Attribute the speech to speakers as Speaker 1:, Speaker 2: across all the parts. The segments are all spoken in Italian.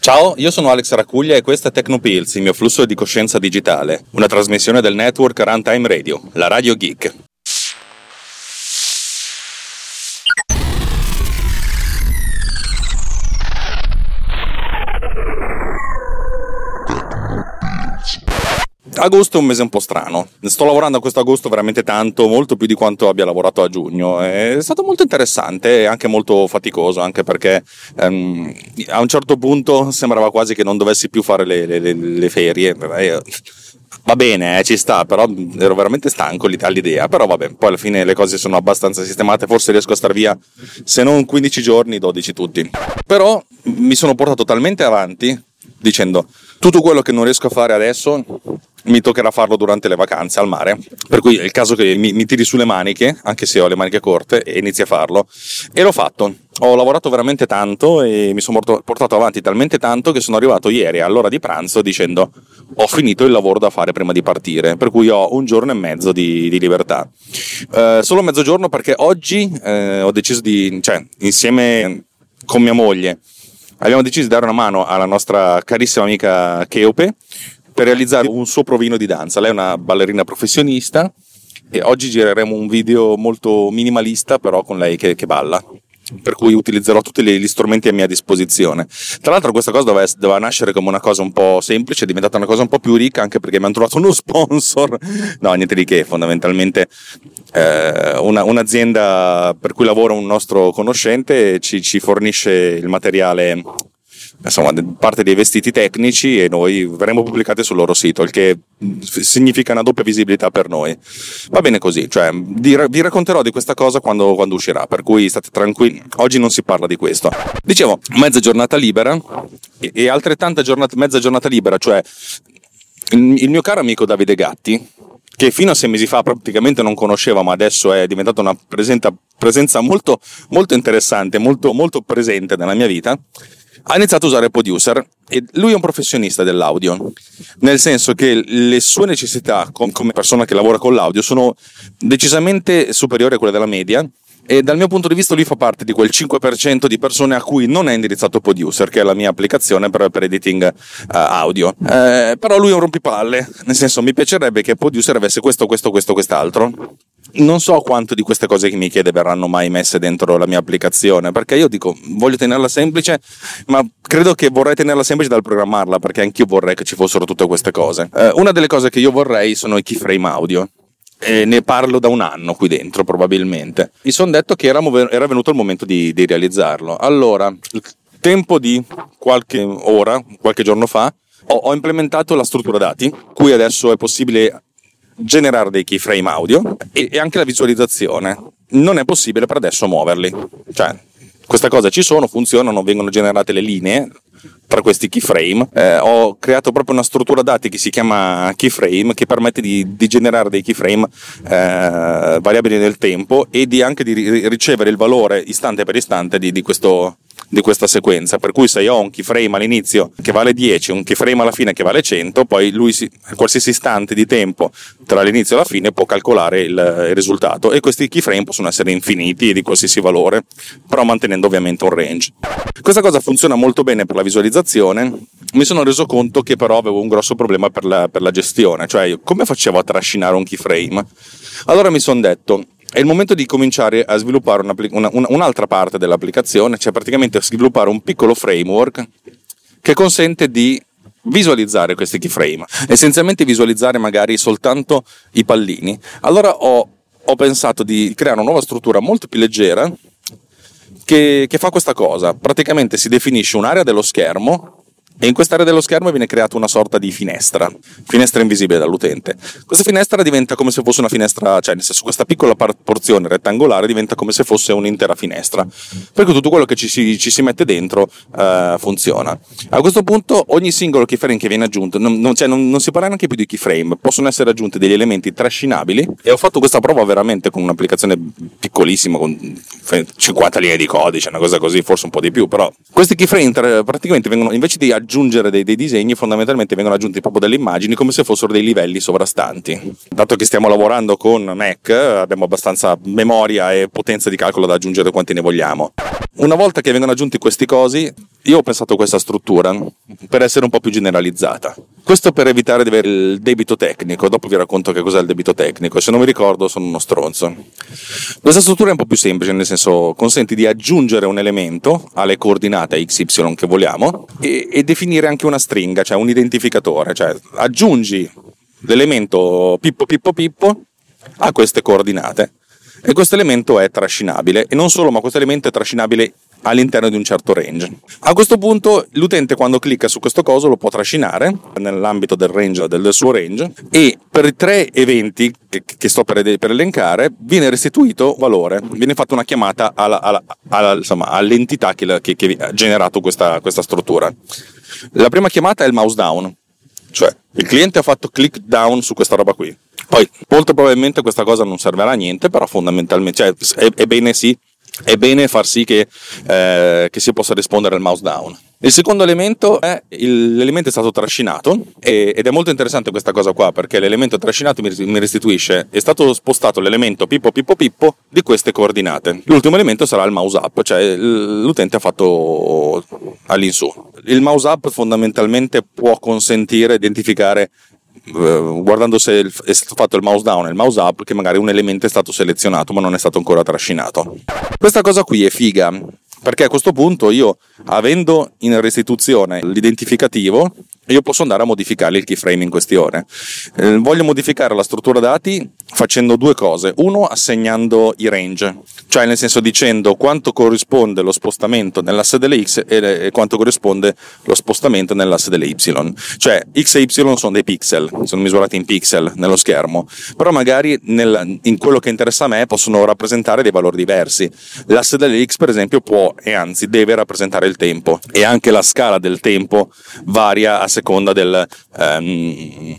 Speaker 1: Ciao, io sono Alex Racuglia e questo è Tecnopills, il mio flusso di coscienza digitale, una trasmissione del network Runtime Radio, la Radio Geek. Agosto è un mese un po' strano, sto lavorando a questo agosto veramente tanto, molto più di quanto abbia lavorato a giugno. È stato molto interessante e anche molto faticoso, anche perché a un certo punto sembrava quasi che non dovessi più fare le ferie. Va bene, ci sta, però ero veramente stanco all'idea, però vabbè, poi alla fine le cose sono abbastanza sistemate, forse riesco a star via se non 15 giorni, 12 tutti. Però mi sono portato talmente avanti dicendo tutto quello che non riesco a fare adesso mi toccherà farlo durante le vacanze al mare, per cui è il caso che mi tiri sulle maniche, anche se ho le maniche corte, e inizi a farlo. E l'ho fatto, ho lavorato veramente tanto e mi sono portato avanti talmente tanto che sono arrivato ieri all'ora di pranzo dicendo ho finito il lavoro da fare prima di partire, per cui ho un giorno e mezzo di libertà. Solo mezzogiorno perché oggi ho deciso insieme con mia moglie abbiamo deciso di dare una mano alla nostra carissima amica Cheope per realizzare un suo provino di danza. Lei è una ballerina professionista e oggi gireremo un video molto minimalista però con lei che balla, per cui utilizzerò tutti gli strumenti a mia disposizione. Tra l'altro questa cosa doveva nascere come una cosa un po' semplice, è diventata una cosa un po' più ricca anche perché mi hanno trovato uno sponsor, no niente di che, fondamentalmente un'azienda per cui lavora un nostro conoscente ci fornisce il materiale, insomma parte dei vestiti tecnici, e noi verremo pubblicati sul loro sito, il che significa una doppia visibilità per noi. Va bene così, cioè vi racconterò di questa cosa quando uscirà, per cui state tranquilli, oggi non si parla di questo. Dicevo, mezza giornata libera e altrettanta mezza giornata libera, cioè il mio caro amico Davide Gatti, che fino a 6 mesi fa praticamente non conoscevo, ma adesso è diventata una presenza molto, molto interessante, molto, molto presente nella mia vita, ha iniziato a usare Producer. E lui è un professionista dell'audio, nel senso che le sue necessità come persona che lavora con l'audio sono decisamente superiori a quelle della media, e dal mio punto di vista lui fa parte di quel 5% di persone a cui non è indirizzato Producer, che è la mia applicazione per editing audio. Però lui è un rompipalle, nel senso mi piacerebbe che Producer avesse quest'altro. Non so quanto di queste cose che mi chiede verranno mai messe dentro la mia applicazione, perché io dico voglio tenerla semplice, ma credo che vorrei tenerla semplice dal programmarla, perché anch'io vorrei che ci fossero tutte queste cose. Una delle cose che io vorrei sono i keyframe audio, e ne parlo da un anno qui dentro probabilmente. Mi sono detto che era venuto il momento di realizzarlo. Allora, il tempo di qualche giorno fa ho implementato la struttura dati, cui adesso è possibile generare dei keyframe audio e anche la visualizzazione. Non è possibile per adesso muoverli, cioè queste cose ci sono, funzionano, vengono generate le linee tra questi keyframe. Ho creato proprio una struttura dati che si chiama keyframe, che permette di generare dei keyframe variabili nel tempo e anche di ricevere il valore istante per istante di questa sequenza, per cui se io ho un keyframe all'inizio che vale 10, un keyframe alla fine che vale 100, poi lui qualsiasi istante di tempo tra l'inizio e la fine può calcolare il risultato, e questi keyframe possono essere infiniti e di qualsiasi valore, però mantenendo ovviamente un range. Questa cosa funziona molto bene per la visualizzazione. Mi sono reso conto che però avevo un grosso problema per la gestione, cioè come facevo a trascinare un keyframe? Allora mi sono detto è il momento di cominciare a sviluppare un'altra parte dell'applicazione, cioè praticamente sviluppare un piccolo framework che consente di visualizzare questi keyframe, essenzialmente visualizzare magari soltanto i pallini. Allora ho pensato di creare una nuova struttura molto più leggera che fa questa cosa. Praticamente si definisce un'area dello schermo, e in quest'area dello schermo viene creata una sorta di finestra invisibile dall'utente. Questa finestra diventa come se fosse una finestra, cioè nel senso questa piccola porzione rettangolare diventa come se fosse un'intera finestra, perché tutto quello che ci si mette dentro funziona. A questo punto ogni singolo keyframe che viene aggiunto, non si parla neanche più di keyframe, possono essere aggiunti degli elementi trascinabili, e ho fatto questa prova veramente con un'applicazione piccolissima, con 50 linee di codice, una cosa così, forse un po' di più, però questi keyframe praticamente vengono, invece di aggiungere aggiungere dei disegni, fondamentalmente vengono aggiunti proprio delle immagini come se fossero dei livelli sovrastanti. Dato che stiamo lavorando con Mac, abbiamo abbastanza memoria e potenza di calcolo da aggiungere quanti ne vogliamo. Una volta che vengono aggiunti questi cosi, io ho pensato a questa struttura per essere un po' più generalizzata. Questo per evitare di avere il debito tecnico. Dopo vi racconto che cos'è il debito tecnico, se non mi ricordo sono uno stronzo. Questa struttura è un po' più semplice, nel senso consente di aggiungere un elemento alle coordinate XY che vogliamo e definire anche una stringa, cioè un identificatore, cioè aggiungi l'elemento Pippo Pippo Pippo a queste coordinate e questo elemento è trascinabile, e non solo, ma questo elemento è trascinabile all'interno di un certo range. A questo punto l'utente, quando clicca su questo coso, lo può trascinare nell'ambito del range, del suo range, e per i 3 eventi che sto per elencare viene restituito valore, viene fatta una chiamata all'entità che ha generato questa struttura. La prima chiamata è il mouse down, cioè il cliente ha fatto click down su questa roba qui. Poi molto probabilmente questa cosa non servirà a niente, però fondamentalmente, cioè, è bene sì, è bene far sì che si possa rispondere al mouse down. Il secondo elemento è l'elemento è stato trascinato, ed è molto interessante questa cosa qua, perché l'elemento trascinato mi restituisce: è stato spostato l'elemento Pippo Pippo Pippo di queste coordinate. L'ultimo elemento sarà il mouse up, cioè l'utente ha fatto all'insù. Il mouse up fondamentalmente può consentire di identificare, guardando se è stato fatto il mouse down e il mouse up, che magari un elemento è stato selezionato ma non è stato ancora trascinato. Questa cosa qui è figa, perché a questo punto io, avendo in restituzione l'identificativo, io posso andare a modificare il keyframe in questione. Voglio modificare la struttura dati facendo 2 cose. Uno, assegnando i range, cioè nel senso dicendo quanto corrisponde lo spostamento nell'asse delle X e quanto corrisponde lo spostamento nell'asse delle Y. Cioè X e Y sono dei pixel, sono misurati in pixel nello schermo, però magari in quello che interessa a me possono rappresentare dei valori diversi. L'asse delle X, per esempio, può e anzi deve rappresentare il tempo, e anche la scala del tempo varia a seconda di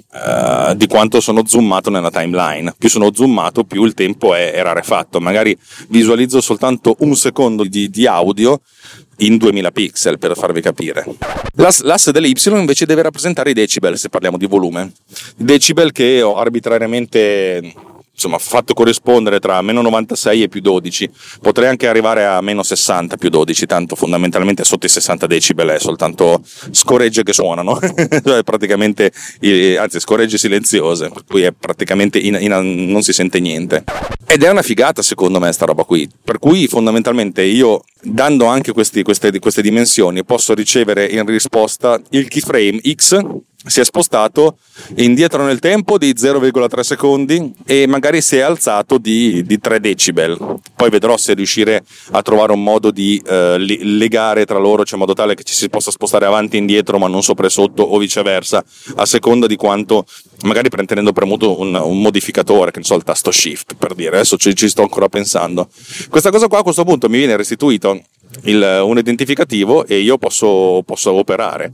Speaker 1: quanto sono zoomato nella timeline. Più sono zoomato, più il tempo è rarefatto. Magari visualizzo soltanto un secondo di audio in 2000 pixel, per farvi capire. L'asse delle Y invece deve rappresentare i decibel, se parliamo di volume. I decibel che ho arbitrariamente fatto corrispondere tra meno 96 e più 12, potrei anche arrivare a meno 60 più 12, tanto fondamentalmente sotto i 60 decibel è soltanto scoregge che suonano, cioè praticamente, anzi scoregge silenziose, per cui è praticamente non si sente niente. Ed è una figata secondo me sta roba qui, per cui fondamentalmente io, dando anche queste dimensioni, posso ricevere in risposta il keyframe X si è spostato indietro nel tempo di 0,3 secondi e magari si è alzato di 3 decibel. Poi vedrò se riuscire a trovare un modo di legare tra loro, cioè in modo tale che ci si possa spostare avanti e indietro ma non sopra e sotto, o viceversa, a seconda di quanto, magari tenendo premuto un modificatore, che ne so, il tasto shift, per dire. Adesso ci sto ancora pensando. Questa cosa qua a questo punto mi viene restituito un identificativo e io posso operare.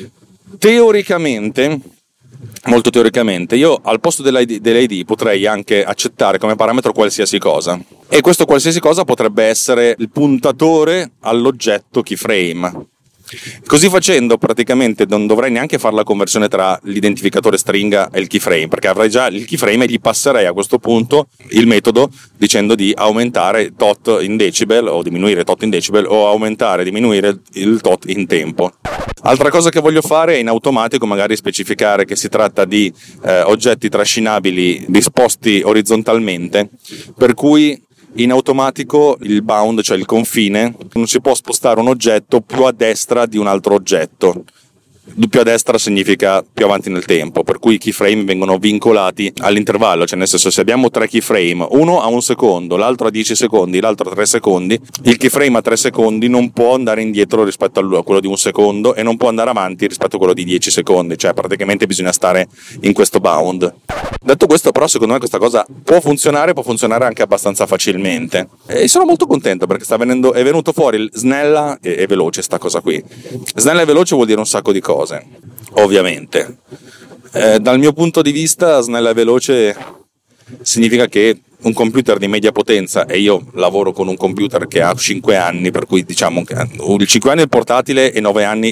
Speaker 1: Teoricamente, molto teoricamente, io al posto dell'ID potrei anche accettare come parametro qualsiasi cosa, e questo qualsiasi cosa potrebbe essere il puntatore all'oggetto keyframe. Così facendo praticamente non dovrei neanche fare la conversione tra l'identificatore stringa e il keyframe, perché avrei già il keyframe e gli passerei a questo punto il metodo dicendo di aumentare tot in decibel o diminuire tot in decibel, o aumentare e diminuire il tot in tempo. Altra cosa che voglio fare è in automatico magari specificare che si tratta di oggetti trascinabili disposti orizzontalmente, per cui in automatico il bound, cioè il confine, non si può spostare un oggetto più a destra di un altro oggetto. Più a destra significa più avanti nel tempo, per cui i keyframe vengono vincolati all'intervallo, cioè nel senso, se abbiamo 3 keyframe, uno a 1 secondo, l'altro a 10 secondi, l'altro a 3 secondi, il keyframe a 3 secondi non può andare indietro rispetto a quello di 1 secondo e non può andare avanti rispetto a quello di 10 secondi, cioè praticamente bisogna stare in questo bound. Detto questo, però, secondo me questa cosa può funzionare anche abbastanza facilmente, e sono molto contento perché è venuto fuori snella e veloce sta cosa qui. Snella e veloce vuol dire un sacco di cose, ovviamente. Dal mio punto di vista, snella e veloce significa che un computer di media potenza, e io lavoro con un computer che ha 5 anni, per cui diciamo che 5 anni il portatile e 8 anni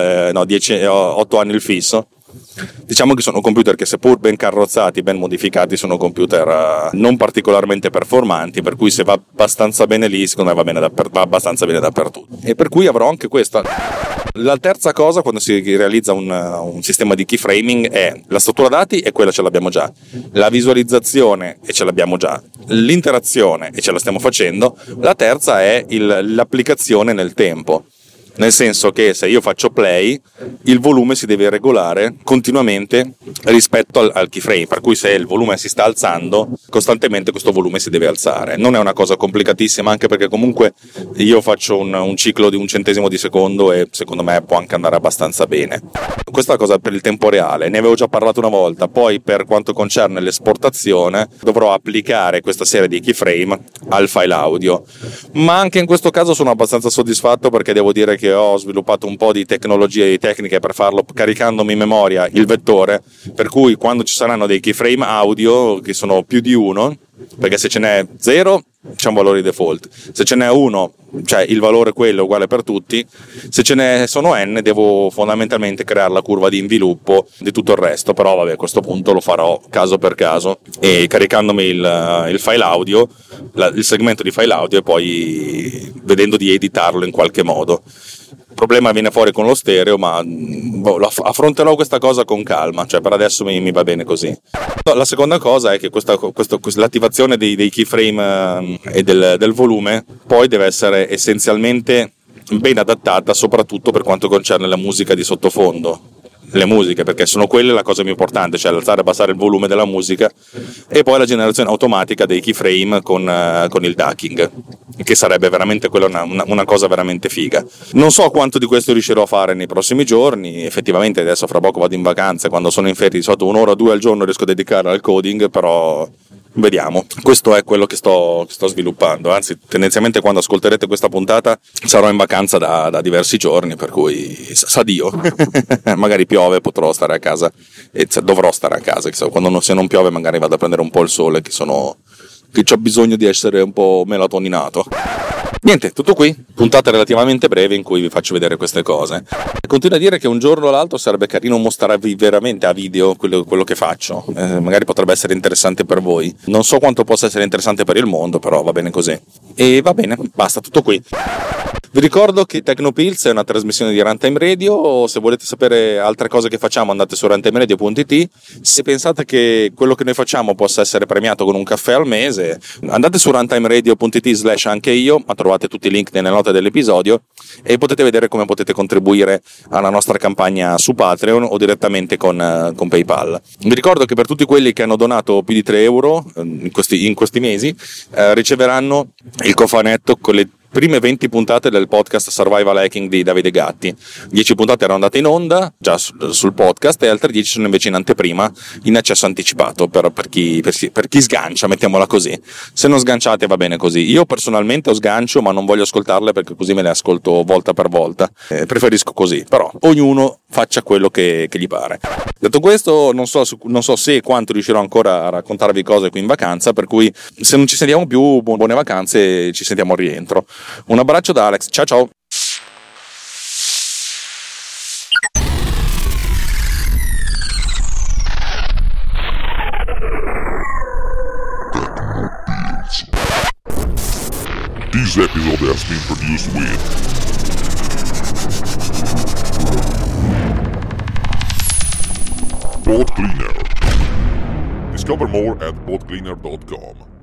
Speaker 1: il fisso. Diciamo che sono computer che, seppur ben carrozzati, ben modificati, sono computer non particolarmente performanti, per cui se va abbastanza bene lì, secondo me va abbastanza bene dappertutto. E per cui avrò anche questa. La terza cosa, quando si realizza un sistema di keyframing, è la struttura dati, e quella ce l'abbiamo già, la visualizzazione, e ce l'abbiamo già, l'interazione, e ce la stiamo facendo. La terza è l'applicazione nel tempo. Nel senso che se io faccio play, il volume si deve regolare continuamente rispetto al keyframe, per cui se il volume si sta alzando, costantemente questo volume si deve alzare. Non è una cosa complicatissima, anche perché comunque io faccio un ciclo di 1 centesimo di secondo e secondo me può anche andare abbastanza bene. Questa è la cosa per il tempo reale, ne avevo già parlato una volta. Poi per quanto concerne l'esportazione dovrò applicare questa serie di keyframe al file audio, ma anche in questo caso sono abbastanza soddisfatto, perché devo dire che ho sviluppato un po' di tecnologie e tecniche per farlo, caricandomi in memoria il vettore, per cui quando ci saranno dei keyframe audio che sono più di uno, perché se ce n'è 0 c'è un valore default, se ce n'è 1 cioè il valore quello uguale per tutti, se ce ne sono n devo fondamentalmente creare la curva di inviluppo di tutto il resto. Però vabbè, a questo punto lo farò caso per caso, e caricandomi il file audio, il segmento di file audio, e poi vedendo di editarlo in qualche modo. Il problema viene fuori con lo stereo, ma affronterò questa cosa con calma, cioè per adesso mi va bene così. La seconda cosa è che l'attivazione dei keyframe e del volume poi deve essere essenzialmente ben adattata, soprattutto per quanto concerne la musica di sottofondo. Le musiche, perché sono quelle la cosa più importante, cioè alzare e abbassare il volume della musica, e poi la generazione automatica dei keyframe con il ducking, che sarebbe veramente quella una cosa veramente figa. Non so quanto di questo riuscirò a fare nei prossimi giorni. Effettivamente adesso fra poco vado in vacanza, quando sono in ferie di solito 1 ora o 2 al giorno riesco a dedicare al coding, però vediamo. Questo è quello che sto sviluppando. Anzi, tendenzialmente quando ascolterete questa puntata sarò in vacanza da diversi giorni, per cui sa Dio. Magari piove, potrò stare a casa, e dovrò stare a casa. Se non piove magari vado a prendere un po' il sole, che c'ho bisogno di essere un po' melatoninato. Niente, tutto qui. Puntata relativamente breve in cui vi faccio vedere queste cose. Continuo a dire che un giorno o l'altro sarebbe carino mostrarvi veramente a video quello che faccio. Magari potrebbe essere interessante per voi. Non so quanto possa essere interessante per il mondo, però va bene così. E va bene, basta, tutto qui. Vi ricordo che Tecnopills è una trasmissione di Runtime Radio. Se volete sapere altre cose che facciamo, andate su runtimeradio.it. Se pensate che quello che noi facciamo possa essere premiato con un caffè al mese, andate su runtimeradio.it/anche io, ma trovate tutti i link nelle note dell'episodio, e potete vedere come potete contribuire alla nostra campagna su Patreon o direttamente con PayPal. Vi ricordo che per tutti quelli che hanno donato più di 3 euro in questi mesi, riceveranno il cofanetto con le prime 20 puntate del podcast Survival Hacking di Davide Gatti. 10 puntate erano andate in onda già sul podcast, e altre 10 sono invece in anteprima, in accesso anticipato per chi sgancia, mettiamola così. Se non sganciate va bene così. Io personalmente ho sgancio, ma non voglio ascoltarle perché così me le ascolto volta per volta. Preferisco così, però ognuno faccia quello che gli pare. Detto questo, non so se e quanto riuscirò ancora a raccontarvi cose qui in vacanza, per cui se non ci sentiamo più, buone vacanze, ci sentiamo al rientro. Un abbraccio da Alex, ciao ciao!
Speaker 2: This episode has been produced with Bot Cleaner. Discover more at botcleaner.com.